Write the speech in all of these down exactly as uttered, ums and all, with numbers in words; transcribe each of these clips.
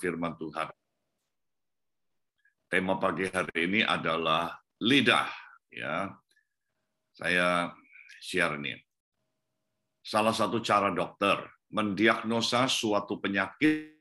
firman Tuhan. Tema pagi hari ini adalah lidah. Ya, saya share ini. Salah satu cara dokter mendiagnosa suatu penyakit.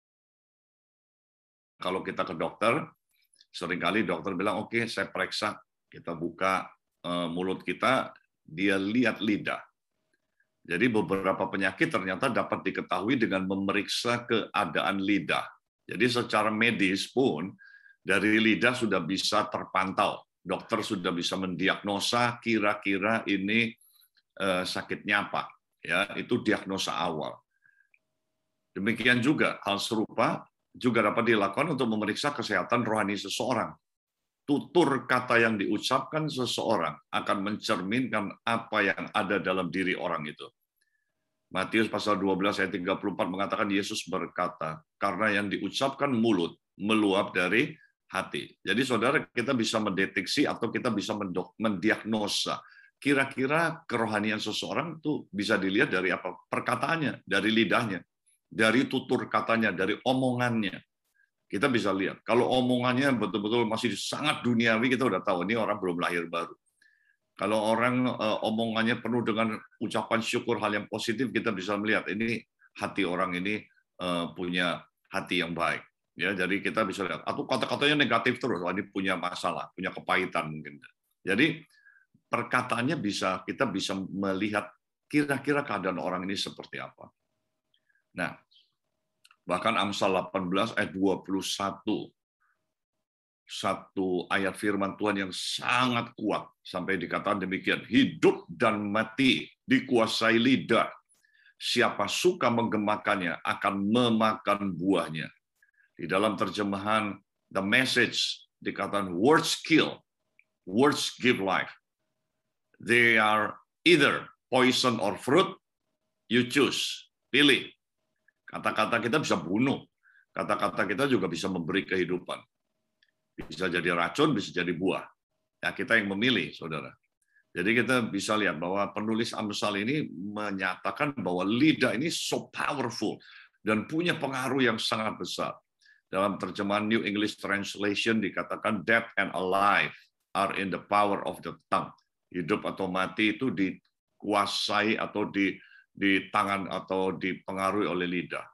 Kalau kita ke dokter, seringkali dokter bilang, oke, okay, saya periksa, kita buka uh, mulut kita, dia lihat lidah. Jadi beberapa penyakit ternyata dapat diketahui dengan memeriksa keadaan lidah. Jadi secara medis pun, dari lidah sudah bisa terpantau. Dokter sudah bisa mendiagnosa kira-kira ini uh, sakitnya apa. Ya, itu diagnosa awal. Demikian juga hal serupa juga dapat dilakukan untuk memeriksa kesehatan rohani seseorang. Tutur kata yang diucapkan seseorang akan mencerminkan apa yang ada dalam diri orang itu. Matius pasal dua belas ayat tiga puluh empat mengatakan Yesus berkata, karena yang diucapkan mulut meluap dari hati. Jadi saudara, kita bisa mendeteksi atau kita bisa mendiagnosa kira-kira kerohanian seseorang itu bisa dilihat dari apa? Perkataannya, dari lidahnya, dari tutur katanya, dari omongannya. Kita bisa lihat. Kalau omongannya betul-betul masih sangat duniawi, kita udah tahu ini orang belum lahir baru. Kalau orang uh, omongannya penuh dengan ucapan syukur, hal yang positif, kita bisa melihat ini hati orang ini uh, punya hati yang baik. Ya, jadi kita bisa lihat. Atau kata-katanya negatif terus, oh, ini punya masalah, punya kepahitan mungkin. Jadi perkataannya bisa kita bisa melihat kira-kira keadaan orang ini seperti apa. Nah, bahkan Amsal delapan belas ayat dua puluh satu, satu ayat firman Tuhan yang sangat kuat, sampai dikatakan demikian, hidup dan mati dikuasai lidah, siapa suka menggemakannya akan memakan buahnya. Di dalam terjemahan The Message dikatakan words kill, words give life. They are either poison or fruit, you choose, pilih. Kata-kata kita bisa bunuh, kata-kata kita juga bisa memberi kehidupan. Bisa jadi racun, bisa jadi buah. Ya, kita yang memilih, saudara. Jadi kita bisa lihat bahwa penulis Amsal ini menyatakan bahwa lidah ini so powerful dan punya pengaruh yang sangat besar. Dalam terjemahan New English Translation dikatakan death and alive are in the power of the tongue. Hidup atau mati itu dikuasai atau di di tangan atau dipengaruhi oleh lidah.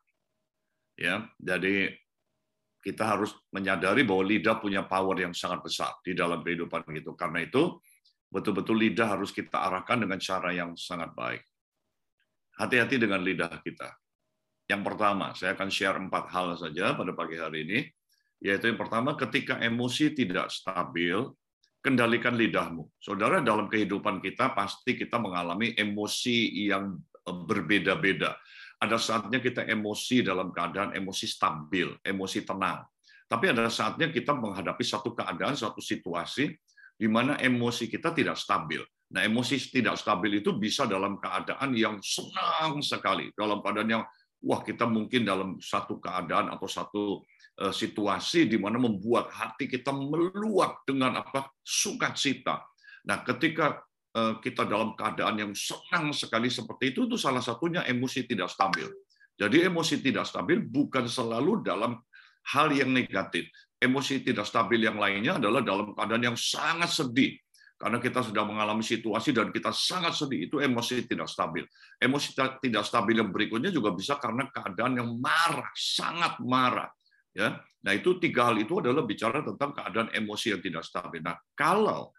Ya, jadi kita harus menyadari bahwa lidah punya power yang sangat besar di dalam kehidupan itu. Karena itu betul-betul lidah harus kita arahkan dengan cara yang sangat baik. Hati-hati dengan lidah kita. Yang pertama, saya akan share empat hal saja pada pagi hari ini, yaitu yang pertama, ketika emosi tidak stabil, kendalikan lidahmu. Saudara, dalam kehidupan kita pasti kita mengalami emosi yang berbeda-beda. Ada saatnya kita emosi dalam keadaan emosi stabil, emosi tenang. Tapi ada saatnya kita menghadapi satu keadaan, satu situasi di mana emosi kita tidak stabil. Nah, emosi tidak stabil itu bisa dalam keadaan yang senang sekali, dalam keadaan yang wah, kita mungkin dalam satu keadaan atau satu uh, situasi di mana membuat hati kita meluap dengan apa? Sukacita. Nah, ketika uh, kita dalam keadaan yang senang sekali seperti itu, itu salah satunya emosi tidak stabil. Jadi emosi tidak stabil bukan selalu dalam hal yang negatif. Emosi tidak stabil yang lainnya adalah dalam keadaan yang sangat sedih. Karena kita sudah mengalami situasi dan kita sangat sedih, itu emosi tidak stabil. Emosi tidak stabil yang berikutnya juga bisa karena keadaan yang marah, sangat marah. Ya, nah itu tiga hal itu adalah bicara tentang keadaan emosi yang tidak stabil. Nah, kalau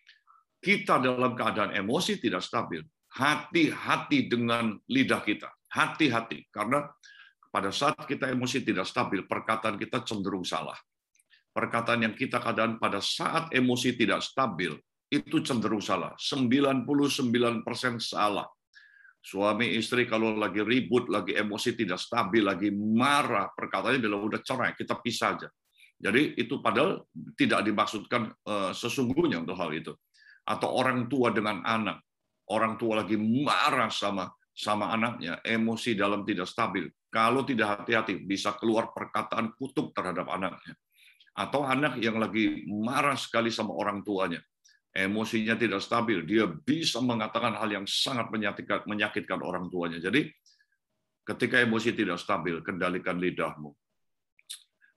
kita dalam keadaan emosi tidak stabil, hati-hati dengan lidah kita, hati-hati karena pada saat kita emosi tidak stabil, perkataan kita cenderung salah. Perkataan yang kita katakan pada saat emosi tidak stabil itu cenderung salah, sembilan puluh sembilan persen salah. Suami istri kalau lagi ribut, lagi emosi tidak stabil, lagi marah, perkataannya bilang udah cerai, kita pisah aja. Jadi itu padahal tidak dimaksudkan uh, sesungguhnya untuk hal itu. Atau orang tua dengan anak, orang tua lagi marah sama sama anaknya, emosi dalam tidak stabil. Kalau tidak hati-hati bisa keluar perkataan kutuk terhadap anaknya. Atau anak yang lagi marah sekali sama orang tuanya. Emosinya tidak stabil, dia bisa mengatakan hal yang sangat menyakitkan, menyakitkan orang tuanya. Jadi, ketika emosi tidak stabil, kendalikan lidahmu.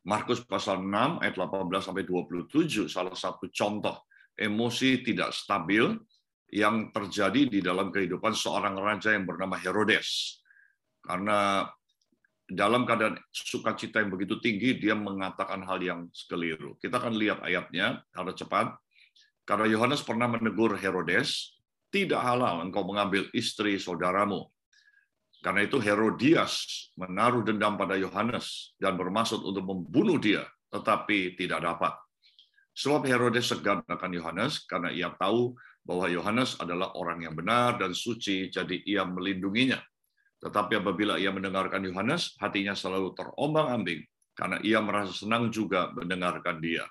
Markus pasal enam ayat delapan belas sampai dua puluh tujuh salah satu contoh emosi tidak stabil yang terjadi di dalam kehidupan seorang raja yang bernama Herodes. Karena dalam keadaan sukacita yang begitu tinggi, dia mengatakan hal yang keliru. Kita akan lihat ayatnya secara cepat. Karena Yohanes pernah menegur Herodes, tidak halal engkau mengambil istri saudaramu. Karena itu Herodias menaruh dendam pada Yohanes dan bermaksud untuk membunuh dia, tetapi tidak dapat. Sebab Herodes segan akan Yohanes karena ia tahu bahwa Yohanes adalah orang yang benar dan suci, jadi ia melindunginya. Tetapi apabila ia mendengarkan Yohanes, hatinya selalu terombang-ambing karena ia merasa senang juga mendengarkan dia.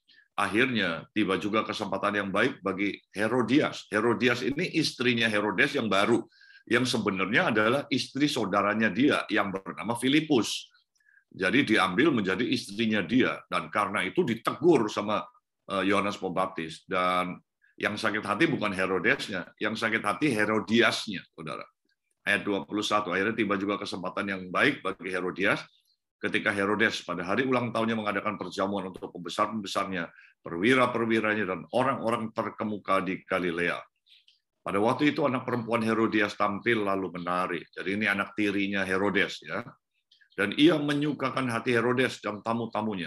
Akhirnya tiba juga kesempatan yang baik bagi Herodias. Herodias ini istrinya Herodes yang baru, yang sebenarnya adalah istri saudaranya dia yang bernama Filipus. Jadi diambil menjadi istrinya dia, dan karena itu ditegur sama Yohanes Pembaptis. Dan yang sakit hati bukan Herodesnya, yang sakit hati Herodiasnya, saudara. Ayat dua puluh satu, akhirnya tiba juga kesempatan yang baik bagi Herodias, ketika Herodes pada hari ulang tahunnya mengadakan perjamuan untuk pembesar-pembesarnya, perwira-perwiranya, dan orang-orang terkemuka di Galilea. Pada waktu itu anak perempuan Herodias tampil lalu menari. Jadi ini anak tirinya Herodes, ya. Dan ia menyukakan hati Herodes dan tamu-tamunya.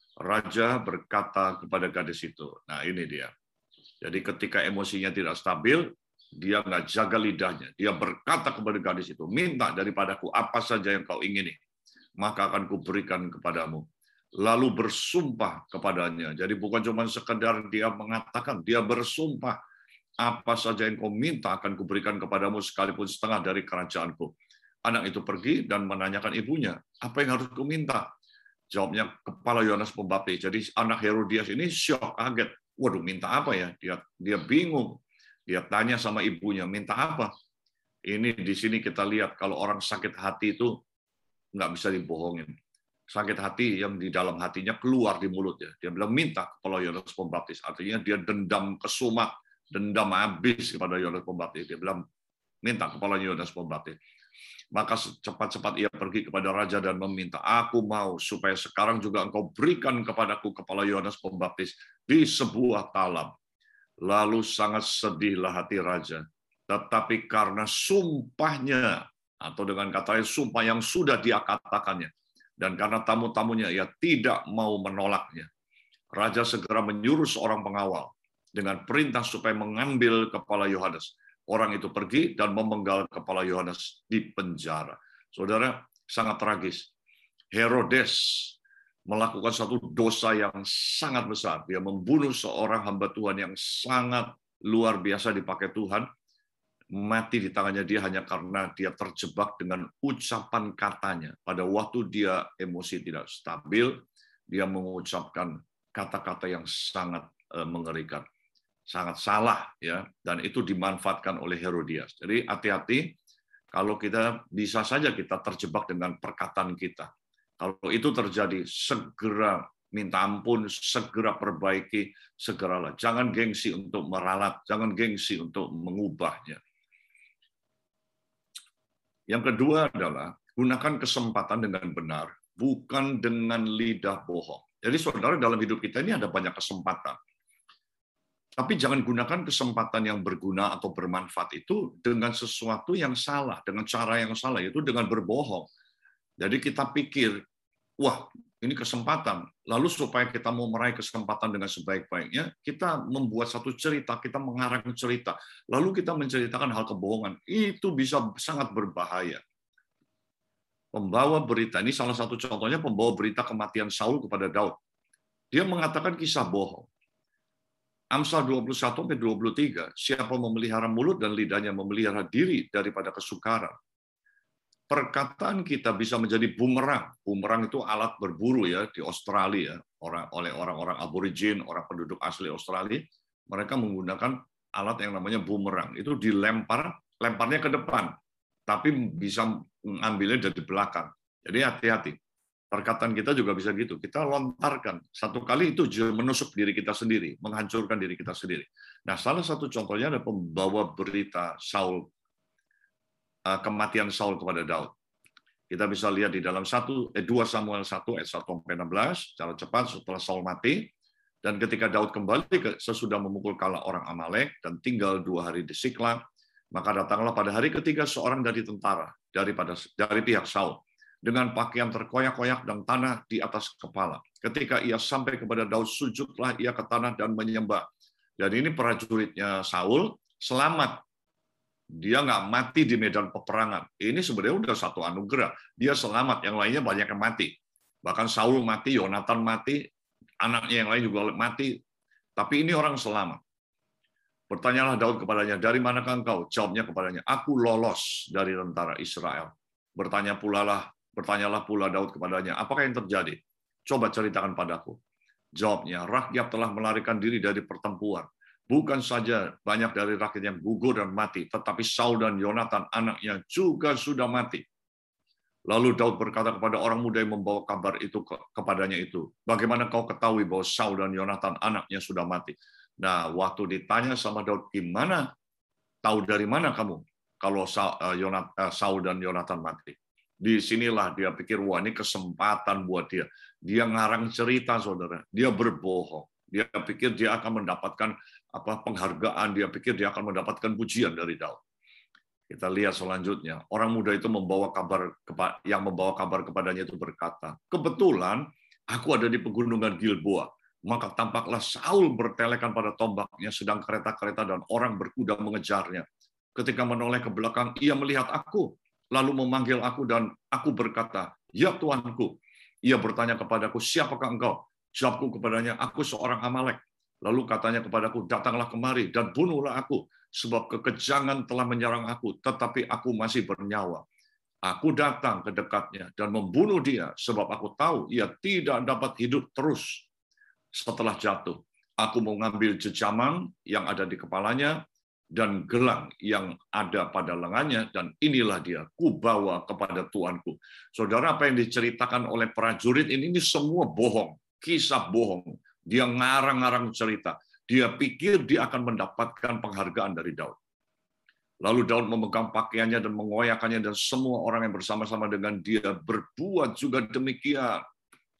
Raja berkata kepada gadis itu, nah ini dia. Jadi ketika emosinya tidak stabil, dia nggak jaga lidahnya. Dia berkata kepada gadis itu, minta daripadaku apa saja yang kau ingini, maka akan kuberikan kepadamu. Lalu bersumpah kepadanya. Jadi bukan cuma sekedar dia mengatakan, dia bersumpah, apa saja yang kau minta akan kuberikan kepadamu sekalipun setengah dari kerajaanku. Anak itu pergi dan menanyakan ibunya, apa yang harus kuminta? Jawabnya kepala Yohanes Pembaptis. Jadi anak Herodias ini syok, kaget. Waduh, minta apa ya? Dia dia bingung. Dia tanya sama ibunya, minta apa? Ini di sini kita lihat kalau orang sakit hati itu nggak bisa dibohongin. Sakit hati yang di dalam hatinya keluar di mulutnya. Dia bilang minta kepala Yohanes Pembaptis. Artinya dia dendam kesumat, dendam habis kepada Yohanes Pembaptis. Dia bilang minta kepala Yohanes Pembaptis. Maka cepat-cepat ia pergi kepada raja dan meminta, aku mau supaya sekarang juga engkau berikan kepadaku kepala Yohanes Pembaptis di sebuah talam. Lalu sangat sedihlah hati raja. Tetapi karena sumpahnya, atau dengan katanya sumpah yang sudah dia katakannya, dan karena tamu-tamunya ia tidak mau menolaknya, raja segera menyuruh seorang pengawal dengan perintah supaya mengambil kepala Yohanes. Orang itu pergi dan memenggal kepala Yohanes di penjara. Saudara, sangat tragis. Herodes melakukan satu dosa yang sangat besar. Dia membunuh seorang hamba Tuhan yang sangat luar biasa dipakai Tuhan. Mati di tangannya dia hanya karena dia terjebak dengan ucapan katanya. Pada waktu dia emosi tidak stabil, dia mengucapkan kata-kata yang sangat mengerikan. Sangat salah, ya, dan itu dimanfaatkan oleh Herodias. Jadi hati-hati kalau kita bisa saja kita terjebak dengan perkataan kita. Kalau itu terjadi, segera minta ampun, segera perbaiki, segeralah. Jangan gengsi untuk meralat, jangan gengsi untuk mengubahnya. Yang kedua adalah gunakan kesempatan dengan benar, bukan dengan lidah bohong. Jadi saudara, dalam hidup kita ini ada banyak kesempatan. Tapi jangan gunakan kesempatan yang berguna atau bermanfaat itu dengan sesuatu yang salah, dengan cara yang salah, yaitu dengan berbohong. Jadi kita pikir, wah ini kesempatan. Lalu supaya kita mau meraih kesempatan dengan sebaik-baiknya, kita membuat satu cerita, kita mengarang cerita. Lalu kita menceritakan hal kebohongan. Itu bisa sangat berbahaya. Pembawa berita, ini salah satu contohnya pembawa berita kematian Saul kepada Daud. Dia mengatakan kisah bohong. Amsal dua puluh satu sampai dua puluh tiga, siapa memelihara mulut dan lidahnya memelihara diri daripada kesukaran. Perkataan kita bisa menjadi bumerang. Bumerang itu alat berburu ya di Australia, orang oleh orang-orang aborigin, orang penduduk asli Australia, mereka menggunakan alat yang namanya bumerang. Itu dilempar, lemparnya ke depan, tapi bisa mengambilnya dari belakang. Jadi hati-hati. Perkataan kita juga bisa gitu. Kita lontarkan. Satu kali itu menusuk diri kita sendiri, menghancurkan diri kita sendiri. Nah, salah satu contohnya ada pembawa berita Saul, kematian Saul kepada Daud. Kita bisa lihat di dalam satu, eh, dua Samuel satu ayat satu sampai enam belas, secara cepat setelah Saul mati. Dan ketika Daud kembali ke, sesudah memukul kalah orang Amalek dan tinggal dua hari di Siklag, maka datanglah pada hari ketiga seorang dari tentara daripada dari pihak Saul dengan pakaian terkoyak-koyak dan tanah di atas kepala. Ketika ia sampai kepada Daud, sujudlah ia ke tanah dan menyembah. Dan ini prajuritnya Saul selamat. Dia nggak mati di medan peperangan. Ini sebenarnya udah satu anugerah. Dia selamat, yang lainnya banyak yang mati. Bahkan Saul mati, Yonatan mati, anaknya yang lain juga mati. Tapi ini orang selamat. Bertanyalah Daud kepadanya, dari manakah engkau? Jawabnya kepadanya, aku lolos dari tentara Israel. Bertanya pula lah, bertanyalah pula Daud kepadanya, apakah yang terjadi? Coba ceritakan padaku. Jawabnya, rakyat telah melarikan diri dari pertempuran. Bukan saja banyak dari rakyat yang gugur dan mati, tetapi Saul dan Yonatan anaknya juga sudah mati. Lalu Daud berkata kepada orang muda yang membawa kabar itu kepadanya itu, bagaimana kau ketahui bahwa Saul dan Yonatan anaknya sudah mati? Nah, waktu ditanya sama Daud, gimana? Tahu dari mana kamu kalau Saul dan Yonatan mati? Di sinilah dia pikir, wah ini kesempatan buat dia. Dia ngarang cerita, saudara. Dia berbohong. Dia pikir dia akan mendapatkan apa penghargaan, dia pikir dia akan mendapatkan pujian dari Daud. Kita lihat selanjutnya, orang muda itu membawa kabar yang membawa kabar kepadanya itu berkata, kebetulan aku ada di pegunungan Gilboa, maka tampaklah Saul bertelekan pada tombaknya, sedang kereta-kereta dan orang berkuda mengejarnya. Ketika menoleh ke belakang, ia melihat aku, lalu memanggil aku dan aku berkata, ya Tuanku. Ia bertanya kepadaku, siapakah engkau? Jawabku kepadanya, aku seorang Amalek. Lalu katanya kepadaku, datanglah kemari dan bunuhlah aku, sebab kekejangan telah menyerang aku, tetapi aku masih bernyawa. Aku datang ke dekatnya dan membunuh dia, sebab aku tahu ia tidak dapat hidup terus setelah jatuh. Aku mengambil jejaman yang ada di kepalanya dan gelang yang ada pada lengannya, dan inilah dia, kubawa kepada tuanku. Saudara, apa yang diceritakan oleh prajurit ini, ini semua bohong, kisah bohong. Dia ngarang-ngarang cerita. Dia pikir dia akan mendapatkan penghargaan dari Daud. Lalu Daud memegang pakaiannya dan mengoyakkannya, dan semua orang yang bersama-sama dengan dia berbuat juga demikian.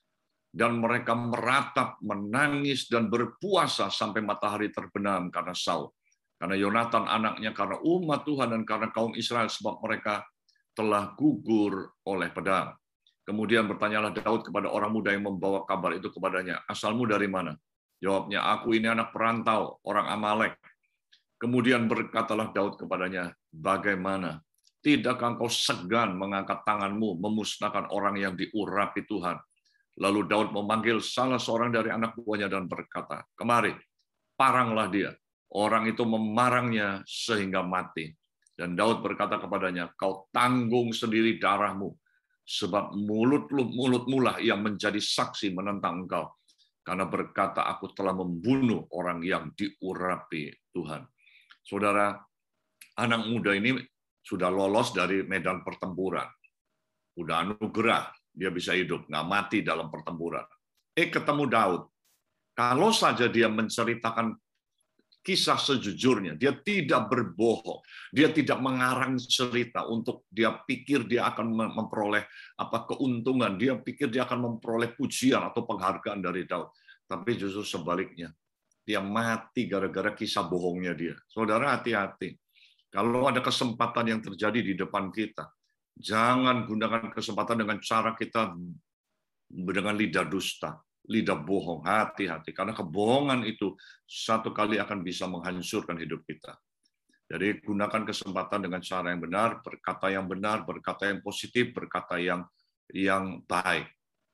Dan mereka meratap, menangis, dan berpuasa sampai matahari terbenam karena Saul. Karena Yonatan anaknya, karena umat Tuhan, dan karena kaum Israel, sebab mereka telah gugur oleh pedang. Kemudian bertanyalah Daud kepada orang muda yang membawa kabar itu kepadanya, asalmu dari mana? Jawabnya, aku ini anak perantau, orang Amalek. Kemudian berkatalah Daud kepadanya, bagaimana? Tidakkah engkau segan mengangkat tanganmu, memusnahkan orang yang diurapi Tuhan? Lalu Daud memanggil salah seorang dari anak buahnya dan berkata, kemari, paranglah dia. Orang itu memarangnya sehingga mati. Dan Daud berkata kepadanya, kau tanggung sendiri darahmu, sebab mulut-mulut mulutmu lah yang menjadi saksi menentang engkau. Karena berkata, aku telah membunuh orang yang diurapi Tuhan. Saudara, anak muda ini sudah lolos dari medan pertempuran. Udah anugerah, dia bisa hidup, nggak mati dalam pertempuran. Eh, ketemu Daud. Kalau saja dia menceritakan kisah sejujurnya, dia tidak berbohong, dia tidak mengarang cerita untuk dia pikir dia akan memperoleh apa keuntungan, dia pikir dia akan memperoleh pujian atau penghargaan dari Daud, tapi justru sebaliknya, dia mati gara-gara kisah bohongnya dia. Saudara, hati-hati. Kalau ada kesempatan yang terjadi di depan kita, jangan gunakan kesempatan dengan cara kita dengan lidah dusta, lidah bohong, hati-hati. Karena kebohongan itu satu kali akan bisa menghancurkan hidup kita. Jadi gunakan kesempatan dengan cara yang benar, berkata yang benar, berkata yang positif, berkata yang yang baik.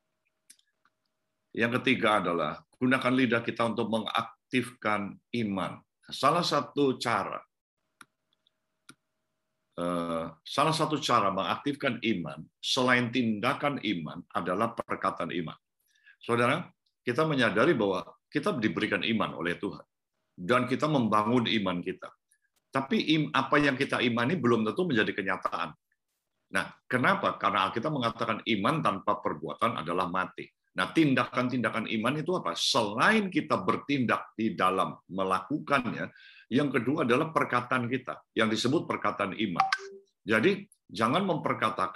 Yang ketiga adalah gunakan lidah kita untuk mengaktifkan iman. Salah satu cara, salah satu cara mengaktifkan iman selain tindakan iman adalah perkataan iman. Saudara, kita menyadari bahwa kita diberikan iman oleh Tuhan. Dan kita membangun iman kita. Tapi apa yang kita imani belum tentu menjadi kenyataan. Nah, kenapa? Karena Alkitab mengatakan iman tanpa perbuatan adalah mati. Nah, tindakan-tindakan iman itu apa? Selain kita bertindak di dalam melakukannya, yang kedua adalah perkataan kita, yang disebut perkataan iman. Jadi, jangan memperkatakan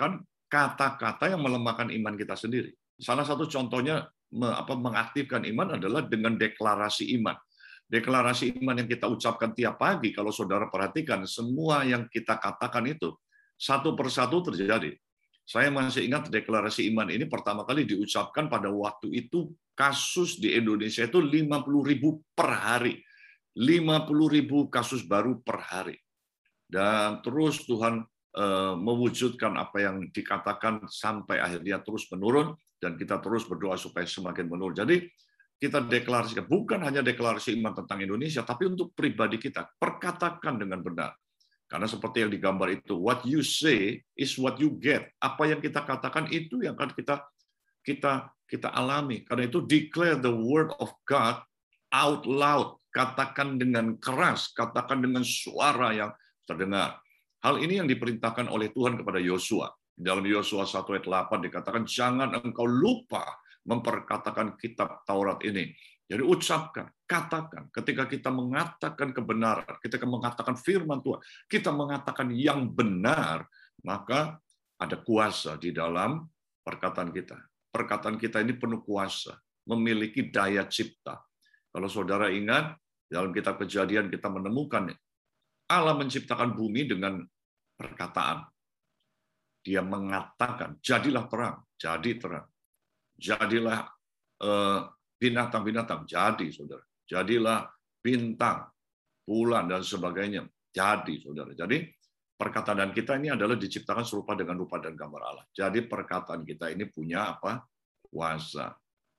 kata-kata yang melemahkan iman kita sendiri. Salah satu contohnya apa, mengaktifkan iman adalah dengan deklarasi iman. Deklarasi iman yang kita ucapkan tiap pagi, kalau saudara perhatikan, semua yang kita katakan itu satu persatu terjadi. Saya masih ingat deklarasi iman ini pertama kali diucapkan pada waktu itu kasus di Indonesia itu lima puluh ribu per hari. lima puluh ribu kasus baru per hari. Dan terus Tuhan eh, mewujudkan apa yang dikatakan sampai akhirnya terus menurun, dan kita terus berdoa supaya semakin menurun. Jadi kita deklarasikan, bukan hanya deklarasi iman tentang Indonesia, tapi untuk pribadi kita, perkatakan dengan benar. Karena seperti yang digambar itu, what you say is what you get. Apa yang kita katakan itu yang akan kita kita kita alami. Karena itu declare the word of God out loud. Katakan dengan keras, katakan dengan suara yang terdengar. Hal ini yang diperintahkan oleh Tuhan kepada Yosua. Dalam Yosua satu ayat delapan dikatakan, jangan engkau lupa memperkatakan kitab Taurat ini. Jadi ucapkan, katakan. Ketika kita mengatakan kebenaran, ketika mengatakan firman Tuhan, kita mengatakan yang benar, maka ada kuasa di dalam perkataan kita. Perkataan kita ini penuh kuasa, memiliki daya cipta. Kalau saudara ingat, dalam kitab Kejadian kita menemukan Allah menciptakan bumi dengan perkataan. Dia mengatakan, jadilah terang, jadi terang. Jadilah binatang-binatang, jadi saudara. Jadilah bintang, bulan, dan sebagainya. Jadi saudara. Jadi perkataan kita ini adalah diciptakan serupa dengan rupa dan gambar Allah. Jadi perkataan kita ini punya apa? Kuasa.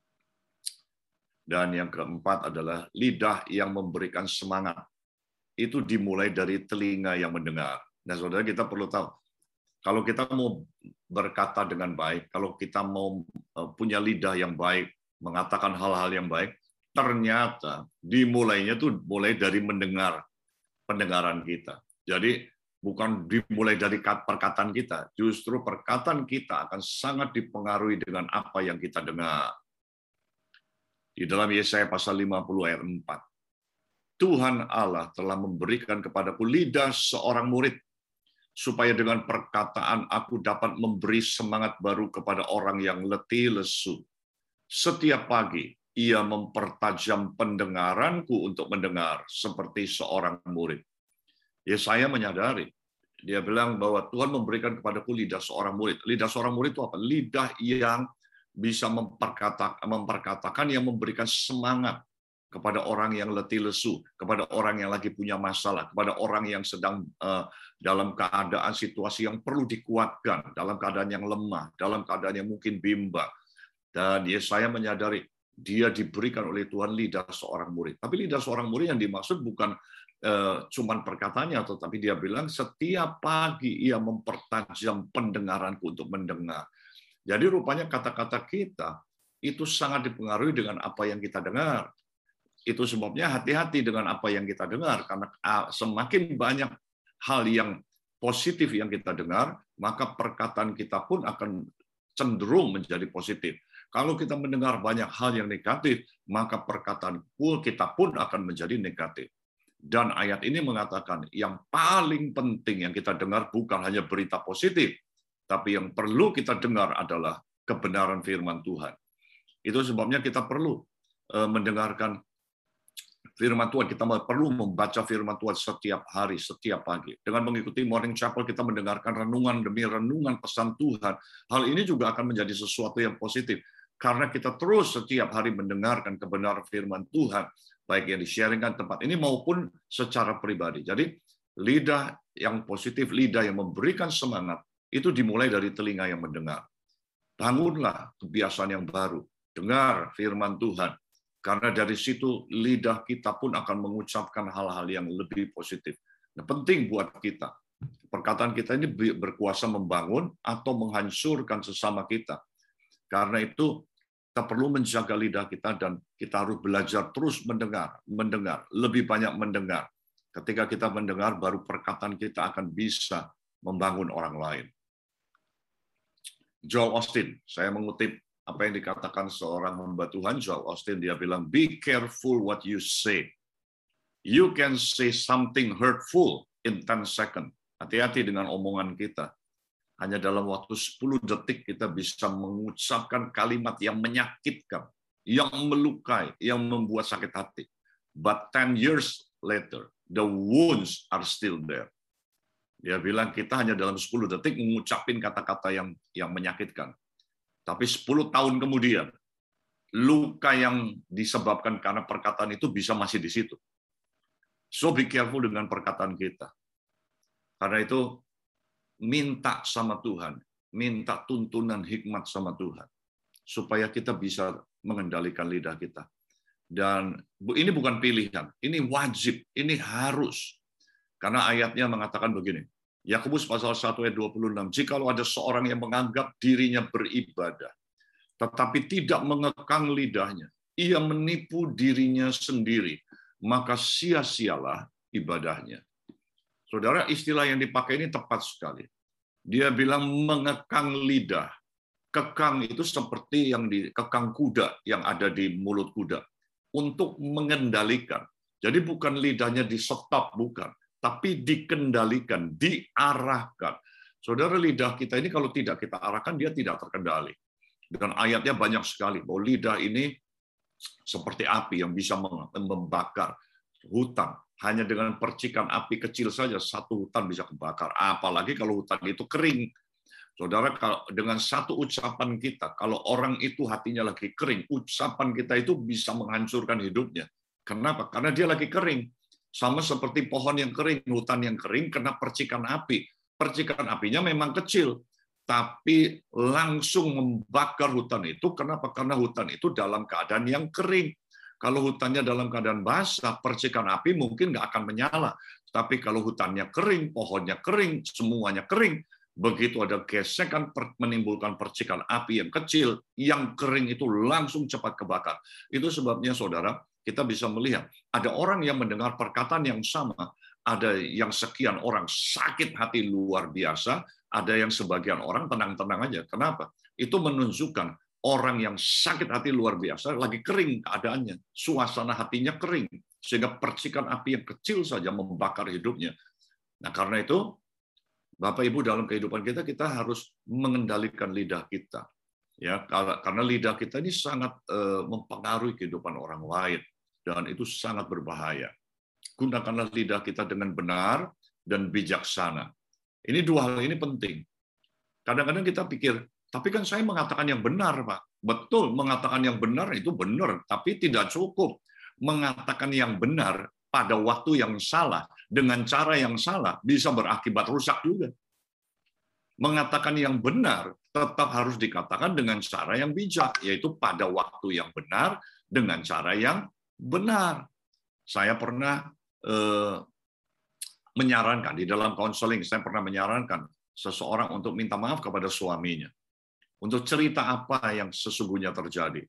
Dan yang keempat adalah lidah yang memberikan semangat. Itu dimulai dari telinga yang mendengar. Nah, saudara, kita perlu tahu, kalau kita mau berkata dengan baik, kalau kita mau punya lidah yang baik, mengatakan hal-hal yang baik, ternyata dimulainya tuh mulai dari mendengar, pendengaran kita. Jadi bukan dimulai dari perkataan kita, justru perkataan kita akan sangat dipengaruhi dengan apa yang kita dengar. Di dalam Yesaya pasal lima puluh ayat empat, Tuhan Allah telah memberikan kepadaku lidah seorang murid, supaya dengan perkataan aku dapat memberi semangat baru kepada orang yang letih lesu. Setiap pagi ia mempertajam pendengaranku untuk mendengar seperti seorang murid. Yesaya menyadari, dia bilang bahwa Tuhan memberikan kepadaku lidah seorang murid. Lidah seorang murid itu apa? Lidah yang bisa memperkatakan, memperkatakan yang memberikan semangat kepada orang yang letih lesu, kepada orang yang lagi punya masalah, kepada orang yang sedang uh, dalam keadaan situasi yang perlu dikuatkan, dalam keadaan yang lemah, dalam keadaan yang mungkin bimbang. Dan Yesaya menyadari dia diberikan oleh Tuhan lidah seorang murid. Tapi lidah seorang murid yang dimaksud bukan uh, cuman perkataannya, tetapi dia bilang setiap pagi ia mempertajam pendengaranku untuk mendengar. Jadi rupanya kata-kata kita itu sangat dipengaruhi dengan apa yang kita dengar. Itu sebabnya hati-hati dengan apa yang kita dengar, karena semakin banyak hal yang positif yang kita dengar, maka perkataan kita pun akan cenderung menjadi positif. Kalau kita mendengar banyak hal yang negatif, maka perkataan kita pun akan menjadi negatif. Dan ayat ini mengatakan yang paling penting yang kita dengar bukan hanya berita positif, tapi yang perlu kita dengar adalah kebenaran firman Tuhan. Itu sebabnya kita perlu mendengarkan firman Tuhan, kita perlu membaca firman Tuhan setiap hari, setiap pagi. Dengan mengikuti Morning Chapel, kita mendengarkan renungan demi renungan pesan Tuhan. Hal ini juga akan menjadi sesuatu yang positif, karena kita terus setiap hari mendengarkan kebenaran firman Tuhan, baik yang di-sharingkan tempat ini maupun secara pribadi. Jadi, lidah yang positif, lidah yang memberikan semangat, itu dimulai dari telinga yang mendengar. Bangunlah kebiasaan yang baru, dengar firman Tuhan. Karena dari situ lidah kita pun akan mengucapkan hal-hal yang lebih positif. Nah, penting buat kita. Perkataan kita ini berkuasa membangun atau menghancurkan sesama kita. Karena itu kita perlu menjaga lidah kita dan kita harus belajar terus mendengar, mendengar, lebih banyak mendengar. Ketika kita mendengar, baru perkataan kita akan bisa membangun orang lain. Joel Osteen, saya mengutip apa yang dikatakan seorang hamba Tuhan, Joel Osteen, dia bilang, be careful what you say. You can say something hurtful in ten seconds. Hati-hati dengan omongan kita. Hanya dalam waktu sepuluh detik kita bisa mengucapkan kalimat yang menyakitkan, yang melukai, yang membuat sakit hati. But ten years later, the wounds are still there. Dia bilang kita hanya dalam sepuluh detik mengucapin kata-kata yang yang menyakitkan. Tapi sepuluh tahun kemudian, luka yang disebabkan karena perkataan itu bisa masih di situ. So be careful dengan perkataan kita. Karena itu, minta sama Tuhan, minta tuntunan hikmat sama Tuhan, supaya kita bisa mengendalikan lidah kita. Dan ini bukan pilihan, ini wajib, ini harus. Karena ayatnya mengatakan begini, Yakobus pasal satu ayat dua puluh enam, jikalau ada seorang yang menganggap dirinya beribadah, tetapi tidak mengekang lidahnya, ia menipu dirinya sendiri, maka sia-sialah ibadahnya. Saudara, istilah yang dipakai ini tepat sekali. Dia bilang mengekang lidah. Kekang itu seperti yang di kekang kuda yang ada di mulut kuda. Untuk mengendalikan. Jadi bukan lidahnya di-stop, bukan. Tapi dikendalikan, diarahkan. Saudara, lidah kita ini kalau tidak kita arahkan, dia tidak terkendali. Dan ayatnya banyak sekali. Bahwa lidah ini seperti api yang bisa membakar hutan. Hanya dengan percikan api kecil saja, satu hutan bisa kebakar. Apalagi kalau hutan itu kering. Saudara, dengan satu ucapan kita, kalau orang itu hatinya lagi kering, ucapan kita itu bisa menghancurkan hidupnya. Kenapa? Karena dia lagi kering. Sama seperti pohon yang kering, hutan yang kering, kena percikan api. Percikan apinya memang kecil, tapi langsung membakar hutan itu. Kenapa? Karena hutan itu dalam keadaan yang kering. Kalau hutannya dalam keadaan basah, percikan api mungkin nggak akan menyala. Tapi kalau hutannya kering, pohonnya kering, semuanya kering, begitu ada gesekan menimbulkan percikan api yang kecil, yang kering itu langsung cepat kebakar. Itu sebabnya, saudara, kita bisa melihat, ada orang yang mendengar perkataan yang sama, ada yang sekian orang sakit hati luar biasa, ada yang sebagian orang tenang-tenang aja. Kenapa? Itu menunjukkan orang yang sakit hati luar biasa, lagi kering keadaannya. Suasana hatinya kering. Sehingga percikan api yang kecil saja membakar hidupnya. Nah, karena itu, Bapak Ibu, dalam kehidupan kita, kita harus mengendalikan lidah kita. Ya, karena lidah kita ini sangat uh, mempengaruhi kehidupan orang lain. Dan itu sangat berbahaya. Gunakanlah lidah kita dengan benar dan bijaksana. Ini dua hal ini penting. Kadang-kadang kita pikir, tapi kan saya mengatakan yang benar, Pak. Betul, mengatakan yang benar itu benar, tapi tidak cukup. Mengatakan yang benar pada waktu yang salah, dengan cara yang salah, bisa berakibat rusak juga. Mengatakan yang benar tetap harus dikatakan dengan cara yang bijak, yaitu pada waktu yang benar, dengan cara yang benar. Saya pernah eh, menyarankan, di dalam konseling, saya pernah menyarankan seseorang untuk minta maaf kepada suaminya. Untuk cerita apa yang sesungguhnya terjadi.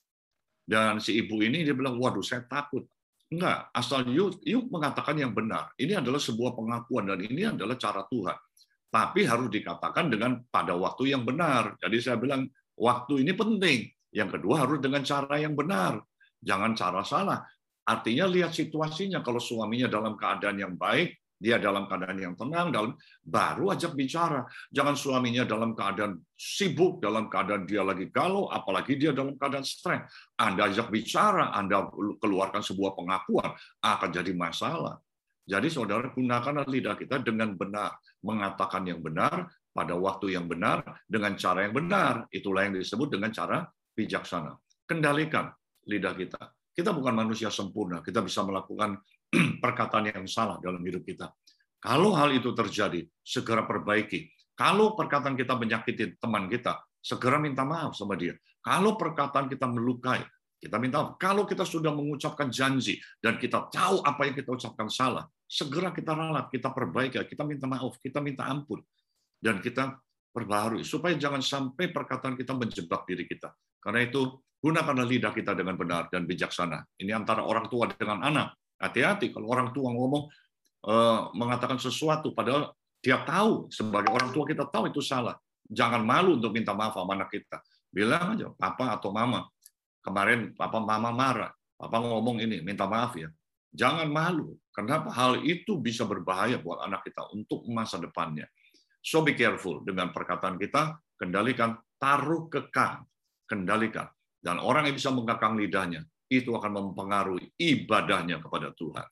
Dan si ibu ini dia bilang, waduh saya takut. Enggak, asal yuk, yuk mengatakan yang benar. Ini adalah sebuah pengakuan dan ini adalah cara Tuhan. Tapi harus dikatakan dengan pada waktu yang benar. Jadi saya bilang, waktu ini penting. Yang kedua harus dengan cara yang benar. Jangan cara salah. Artinya lihat situasinya. Kalau suaminya dalam keadaan yang baik, dia dalam keadaan yang tenang, dalam baru ajak bicara. Jangan suaminya dalam keadaan sibuk, dalam keadaan dia lagi galau, apalagi dia dalam keadaan stres. Anda ajak bicara, Anda keluarkan sebuah pengakuan, akan jadi masalah. Jadi saudara, gunakanlah lidah kita dengan benar, mengatakan yang benar, pada waktu yang benar, dengan cara yang benar. Itulah yang disebut dengan cara bijaksana. Kendalikan lidah kita. Kita bukan manusia sempurna, kita bisa melakukan perkataan yang salah dalam hidup kita. Kalau hal itu terjadi, segera perbaiki. Kalau perkataan kita menyakiti teman kita, segera minta maaf sama dia. Kalau perkataan kita melukai, kita minta maaf. Kalau kita sudah mengucapkan janji dan kita tahu apa yang kita ucapkan salah, segera kita ralat, kita perbaiki, kita minta maaf, kita minta ampun, dan kita perbaharui supaya jangan sampai perkataan kita menjebak diri kita. Karena itu, gunakanlah lidah kita dengan benar dan bijaksana. Ini antara orang tua dengan anak. Hati-hati kalau orang tua ngomong eh, mengatakan sesuatu padahal dia tahu, sebagai orang tua kita tahu itu salah. Jangan malu untuk minta maaf sama anak kita. Bilang aja, papa atau mama, kemarin papa mama marah, papa ngomong ini, minta maaf ya. Jangan malu. Kenapa? Hal itu bisa berbahaya buat anak kita untuk masa depannya. So be careful dengan perkataan kita, kendalikan, taruh kekang, kendalikan. Dan orang yang bisa mengekang lidahnya, itu akan mempengaruhi ibadahnya kepada Tuhan.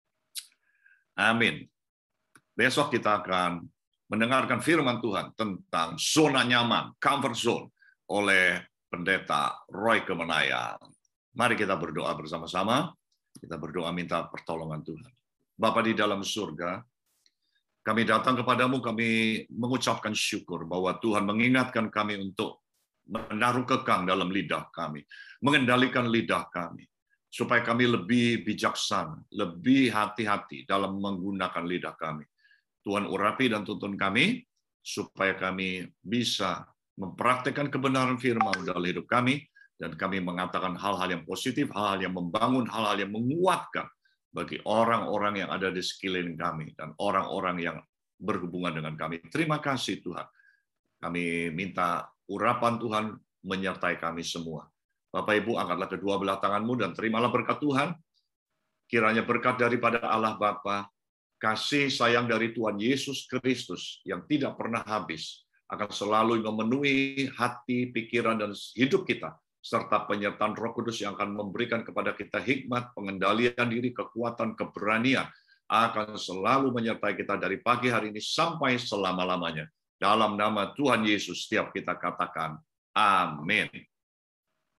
Amin. Besok kita akan mendengarkan firman Tuhan tentang zona nyaman, comfort zone, oleh Pendeta Roy Kemenayang. Mari kita berdoa bersama-sama. Kita berdoa minta pertolongan Tuhan. Bapa di dalam surga, kami datang kepadamu, kami mengucapkan syukur bahwa Tuhan mengingatkan kami untuk menaruh kekang dalam lidah kami, mengendalikan lidah kami, supaya kami lebih bijaksana, lebih hati-hati dalam menggunakan lidah kami. Tuhan urapi dan tuntun kami, supaya kami bisa mempraktikkan kebenaran firman dalam hidup kami, dan kami mengatakan hal-hal yang positif, hal-hal yang membangun, hal-hal yang menguatkan bagi orang-orang yang ada di sekeliling kami, dan orang-orang yang berhubungan dengan kami. Terima kasih Tuhan. Kami minta urapan Tuhan menyertai kami semua. Bapak Ibu, angkatlah kedua belah tanganmu dan terimalah berkat Tuhan. Kiranya berkat daripada Allah Bapa, kasih sayang dari Tuhan Yesus Kristus yang tidak pernah habis, akan selalu memenuhi hati, pikiran, dan hidup kita, serta penyertaan Roh Kudus yang akan memberikan kepada kita hikmat, pengendalian diri, kekuatan, keberanian, akan selalu menyertai kita dari pagi hari ini sampai selama-lamanya. Dalam nama Tuhan Yesus, setiap kita katakan, amin.